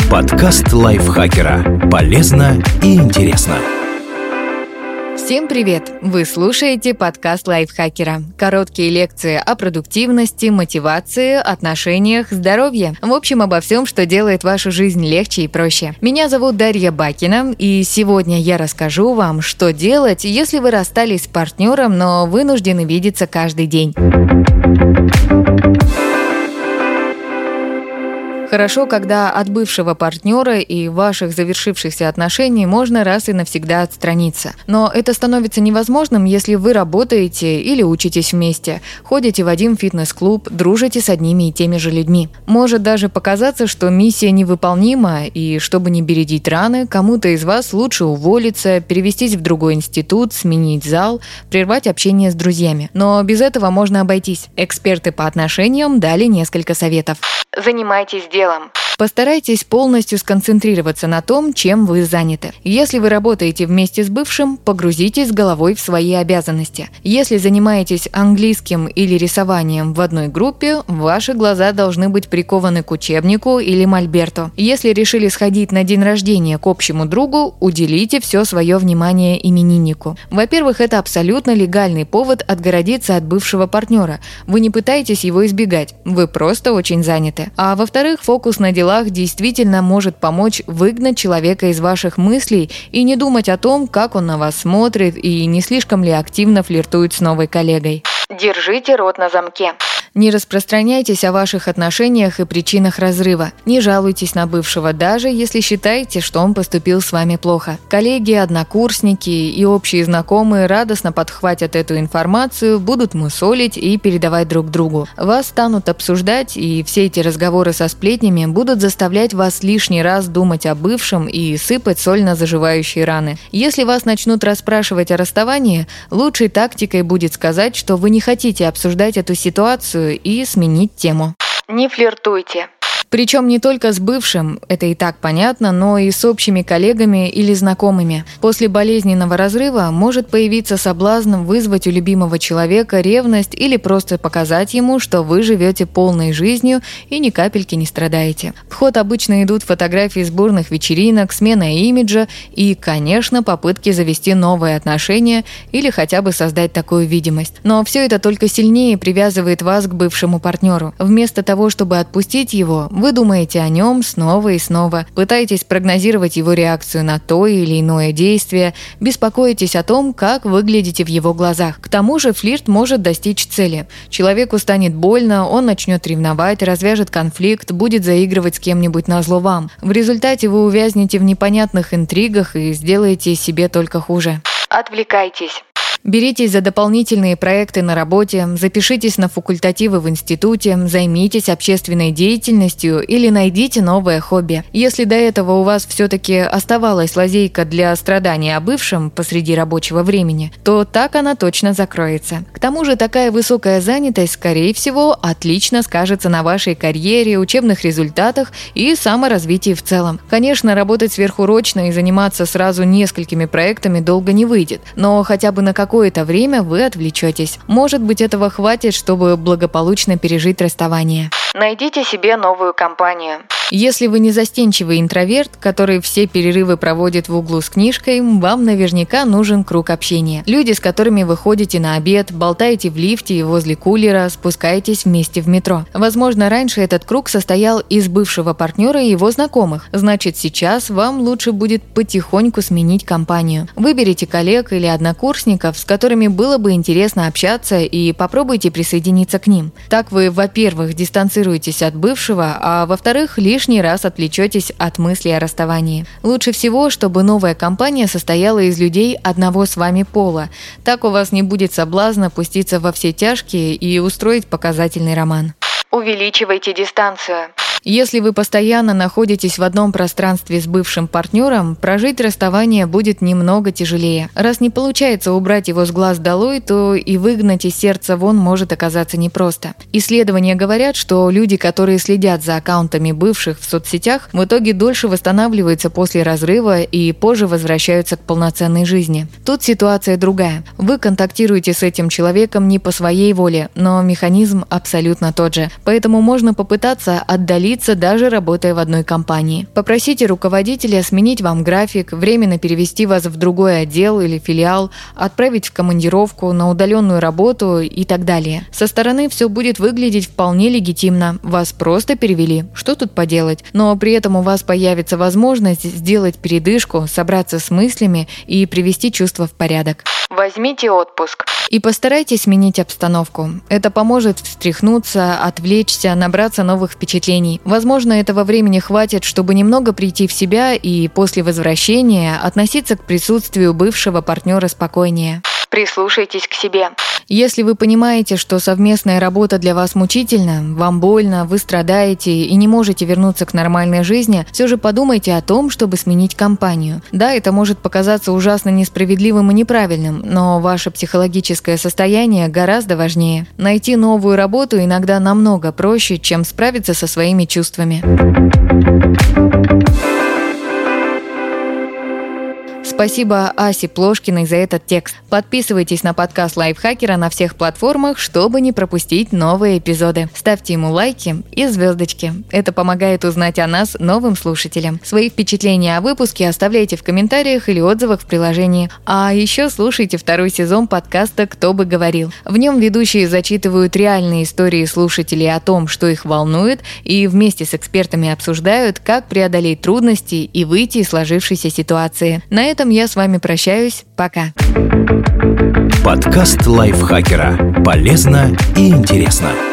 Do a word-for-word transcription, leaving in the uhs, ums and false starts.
Подкаст лайфхакера. Полезно и интересно. Всем привет! Вы слушаете подкаст лайфхакера. Короткие лекции о продуктивности, мотивации, отношениях, здоровье. В общем, обо всем, что делает вашу жизнь легче и проще. Меня зовут Дарья Бакина, и сегодня я расскажу вам, что делать, если вы расстались с партнером, но вынуждены видеться каждый день. Хорошо, когда от бывшего партнера и ваших завершившихся отношений можно раз и навсегда отстраниться. Но это становится невозможным, если вы работаете или учитесь вместе, ходите в один фитнес-клуб, дружите с одними и теми же людьми. Может даже показаться, что миссия невыполнима, и чтобы не бередить раны, кому-то из вас лучше уволиться, перевестись в другой институт, сменить зал, прервать общение с друзьями. Но без этого можно обойтись. Эксперты по отношениям дали несколько советов. Занимайтесь делом. Постарайтесь полностью сконцентрироваться на том, чем вы заняты. Если вы работаете вместе с бывшим, погрузитесь головой в свои обязанности. Если занимаетесь английским или рисованием в одной группе, ваши глаза должны быть прикованы к учебнику или мольберту. Если решили сходить на день рождения к общему другу, уделите все свое внимание имениннику. Во-первых, это абсолютно легальный повод отгородиться от бывшего партнера. Вы не пытаетесь его избегать, вы просто очень заняты. А во-вторых, фокус на делах действительно может помочь выгнать человека из ваших мыслей и не думать о том, как он на вас смотрит и не слишком ли активно флиртует с новой коллегой. Держите рот на замке. Не распространяйтесь о ваших отношениях и причинах разрыва. Не жалуйтесь на бывшего, даже если считаете, что он поступил с вами плохо. Коллеги, однокурсники и общие знакомые радостно подхватят эту информацию, будут мусолить и передавать друг другу. Вас станут обсуждать, и все эти разговоры со сплетнями будут заставлять вас лишний раз думать о бывшем и сыпать соль на заживающие раны. Если вас начнут расспрашивать о расставании, лучшей тактикой будет сказать, что вы не хотите обсуждать эту ситуацию и сменить тему. Не флиртуйте. Причем не только с бывшим, это и так понятно, но и с общими коллегами или знакомыми. После болезненного разрыва может появиться соблазн вызвать у любимого человека ревность или просто показать ему, что вы живете полной жизнью и ни капельки не страдаете. В ход обычно идут фотографии с бурных вечеринок, смена имиджа и, конечно, попытки завести новые отношения или хотя бы создать такую видимость. Но все это только сильнее привязывает вас к бывшему партнеру. Вместо того, чтобы отпустить его, вы думаете о нем снова и снова, пытаетесь прогнозировать его реакцию на то или иное действие, беспокоитесь о том, как выглядите в его глазах. К тому же флирт может достичь цели. Человеку станет больно, он начнет ревновать, развяжет конфликт, будет заигрывать с кем-нибудь назло вам. В результате вы увязнете в непонятных интригах и сделаете себе только хуже. Отвлекайтесь. Беритесь за дополнительные проекты на работе, запишитесь на факультативы в институте, займитесь общественной деятельностью или найдите новое хобби. Если до этого у вас все-таки оставалась лазейка для страдания о бывшем посреди рабочего времени, то так она точно закроется. К тому же такая высокая занятость, скорее всего, отлично скажется на вашей карьере, учебных результатах и саморазвитии в целом. Конечно, работать сверхурочно и заниматься сразу несколькими проектами долго не выйдет, но хотя бы на какой какое-то время вы отвлечетесь. Может быть, этого хватит, чтобы благополучно пережить расставание. Найдите себе новую компанию. Если вы не застенчивый интроверт, который все перерывы проводит в углу с книжкой, вам наверняка нужен круг общения. Люди, с которыми вы ходите на обед, болтаете в лифте и возле кулера, спускаетесь вместе в метро. Возможно, раньше этот круг состоял из бывшего партнера и его знакомых. Значит, сейчас вам лучше будет потихоньку сменить компанию. Выберите коллег или однокурсников, с которыми было бы интересно общаться, и попробуйте присоединиться к ним. Так вы, во-первых, дистанцируетесь от бывшего, а во-вторых, лишь лишний раз отвлечетесь от мысли о расставании. Лучше всего, чтобы новая компания состояла из людей одного с вами пола. Так у вас не будет соблазна пуститься во все тяжкие и устроить показательный роман. Увеличивайте дистанцию. Если вы постоянно находитесь в одном пространстве с бывшим партнером, прожить расставание будет немного тяжелее. Раз не получается убрать его с глаз долой, то и выгнать из сердца вон может оказаться непросто. Исследования говорят, что люди, которые следят за аккаунтами бывших в соцсетях, в итоге дольше восстанавливаются после разрыва и позже возвращаются к полноценной жизни. Тут ситуация другая. Вы контактируете с этим человеком не по своей воле, но механизм абсолютно тот же. Поэтому можно попытаться отдалиться пригодится даже работая в одной компании. Попросите руководителя сменить вам график, временно перевести вас в другой отдел или филиал, отправить в командировку, на удаленную работу и так далее. Со стороны все будет выглядеть вполне легитимно. Вас просто перевели. Что тут поделать? Но при этом у вас появится возможность сделать передышку, собраться с мыслями и привести чувства в порядок. Возьмите отпуск. И постарайтесь сменить обстановку. Это поможет встряхнуться, отвлечься, набраться новых впечатлений. Возможно, этого времени хватит, чтобы немного прийти в себя и после возвращения относиться к присутствию бывшего партнера спокойнее. Прислушайтесь к себе. Если вы понимаете, что совместная работа для вас мучительна, вам больно, вы страдаете и не можете вернуться к нормальной жизни, все же подумайте о том, чтобы сменить компанию. Да, это может показаться ужасно несправедливым и неправильным, но ваше психологическое состояние гораздо важнее. Найти новую работу иногда намного проще, чем справиться со своими чувствами. Спасибо Асе Плошкиной за этот текст. Подписывайтесь на подкаст Лайфхакера на всех платформах, чтобы не пропустить новые эпизоды. Ставьте ему лайки и звездочки. Это помогает узнать о нас новым слушателям. Свои впечатления о выпуске оставляйте в комментариях или отзывах в приложении. А еще слушайте второй сезон подкаста «Кто бы говорил». В нем ведущие зачитывают реальные истории слушателей о том, что их волнует, и вместе с экспертами обсуждают, как преодолеть трудности и выйти из сложившейся ситуации. На этом я с вами прощаюсь. Пока. Подкаст Лайфхакера. Полезно и интересно.